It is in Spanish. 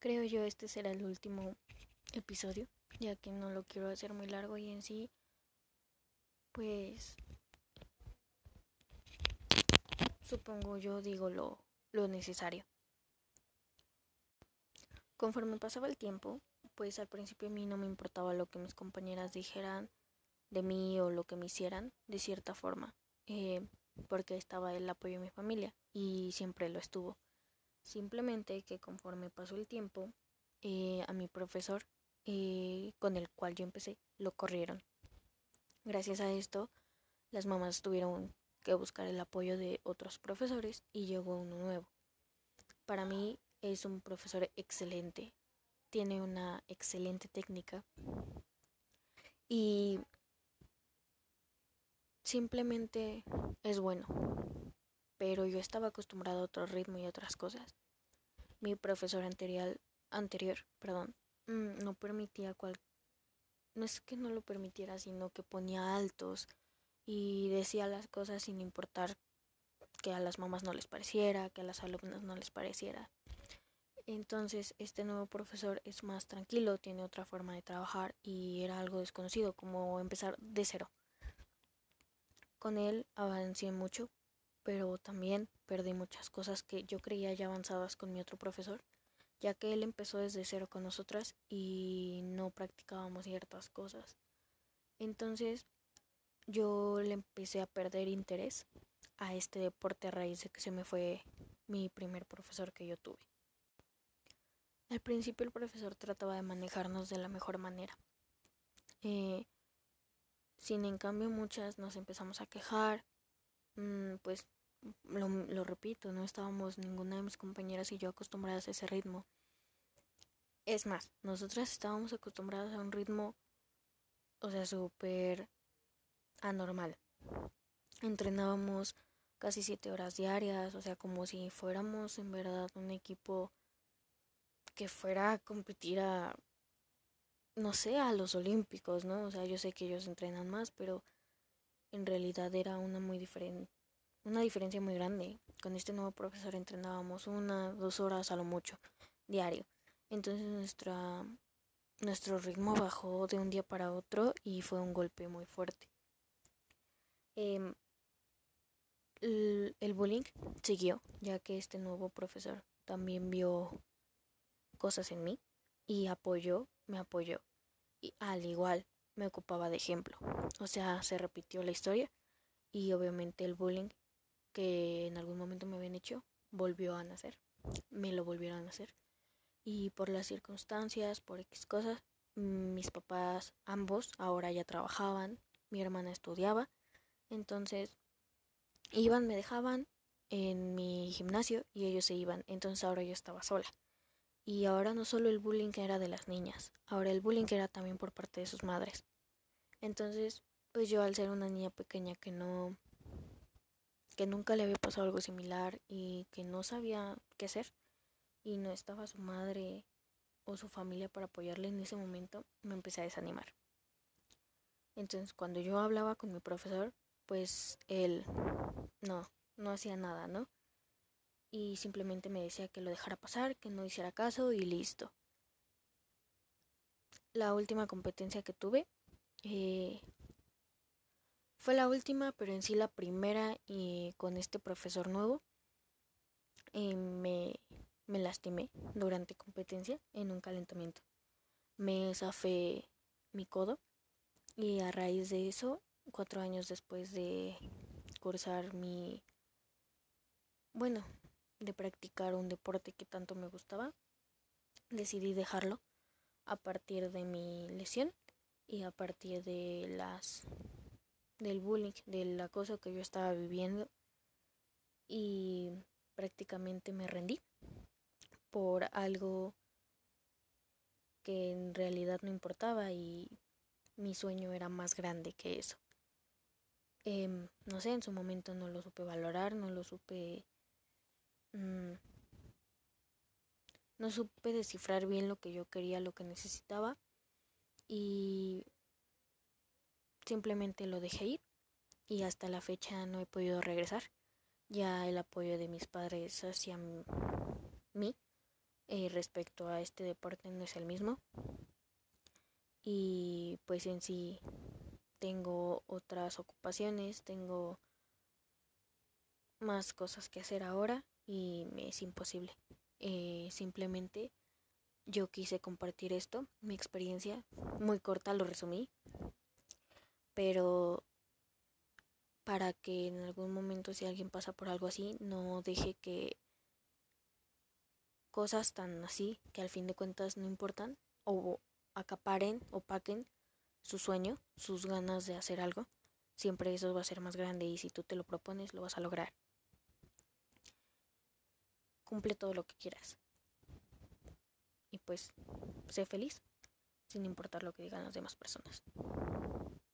Creo yo este será el último episodio, ya que no lo quiero hacer muy largo y en sí, pues supongo yo digo lo necesario. Conforme pasaba el tiempo, pues al principio a mí no me importaba lo que mis compañeras dijeran de mí o lo que me hicieran de cierta forma, porque estaba el apoyo de mi familia y siempre lo estuvo. Simplemente que conforme pasó el tiempo, a mi profesor con el cual yo empecé, lo corrieron. Gracias a esto, las mamás tuvieron que buscar el apoyo de otros profesores y llegó uno nuevo. Para mí es un profesor excelente, tiene una excelente técnica y simplemente es bueno, pero yo estaba acostumbrado a otro ritmo y otras cosas. Mi profesor anterior, no permitía no es que no lo permitiera, sino que ponía altos y decía las cosas sin importar que a las mamás no les pareciera, que a las alumnas no les pareciera. Entonces, este nuevo profesor es más tranquilo, tiene otra forma de trabajar y era algo desconocido, como empezar de cero. Con él avancé mucho, pero también perdí muchas cosas que yo creía ya avanzadas con mi otro profesor, ya que él empezó desde cero con nosotras y no practicábamos ciertas cosas. Entonces, yo le empecé a perder interés a este deporte a raíz de que se me fue mi primer profesor que yo tuve. Al principio el profesor trataba de manejarnos de la mejor manera. Eh, Sin en cambio muchas nos empezamos a quejar, pues lo repito, no estábamos ninguna de mis compañeras y yo acostumbradas a ese ritmo. Es más, nosotras estábamos acostumbradas a un ritmo, o sea, súper anormal. Entrenábamos casi 7 horas diarias, o sea, como si fuéramos en verdad un equipo que fuera a competir no sé, a los olímpicos, ¿no? O sea, yo sé que ellos entrenan más, pero en realidad era una diferencia muy grande. Con este nuevo profesor entrenábamos 1, 2 horas a lo mucho, diario. Entonces nuestro ritmo bajó de un día para otro y fue un golpe muy fuerte. Em, el bullying siguió, ya que este nuevo profesor también vio cosas en mí y me apoyó. Y al igual me ocupaba de ejemplo. O sea, se repitió la historia y obviamente el bullying que en algún momento me habían hecho volvió a nacer. Me lo volvieron a hacer. Y por las circunstancias, por X cosas, mis papás ambos ahora ya trabajaban, mi hermana estudiaba, entonces iban, me dejaban en mi gimnasio y ellos se iban, entonces ahora yo estaba sola. Y ahora no solo el bullying era de las niñas, ahora el bullying era también por parte de sus madres. Entonces, pues yo al ser una niña pequeña que nunca le había pasado algo similar y que no sabía qué hacer y no estaba su madre o su familia para apoyarle en ese momento, me empecé a desanimar. Entonces, cuando yo hablaba con mi profesor, pues él no hacía nada, ¿no? Y simplemente me decía que lo dejara pasar, que no hiciera caso y listo. La última competencia que tuve eh, fue la última, pero en sí la primera y con este profesor nuevo eh, me, me lastimé durante competencia en un calentamiento. Me zafé mi codo y a raíz de eso, 4 años después de cursar bueno, de practicar un deporte que tanto me gustaba, decidí dejarlo a partir de mi lesión y a partir del bullying, del acoso que yo estaba viviendo y prácticamente me rendí por algo que en realidad no importaba y mi sueño era más grande que eso. No sé, en su momento no lo supe valorar, mm, no supe descifrar bien lo que yo quería, lo que necesitaba y simplemente lo dejé ir y hasta la fecha no he podido regresar. Ya el apoyo de mis padres hacia mí respecto a este deporte no es el mismo. Y pues en sí tengo otras ocupaciones, tengo más cosas que hacer ahora y me es imposible. Simplemente yo quise compartir esto, mi experiencia, muy corta, lo resumí, pero para que en algún momento si alguien pasa por algo así, no deje que cosas tan así, que al fin de cuentas no importan, o acaparen, opaquen su sueño, sus ganas de hacer algo. Siempre eso va a ser más grande y si tú te lo propones, lo vas a lograr. Cumple todo lo que quieras. Y pues, sé feliz, sin importar lo que digan las demás personas.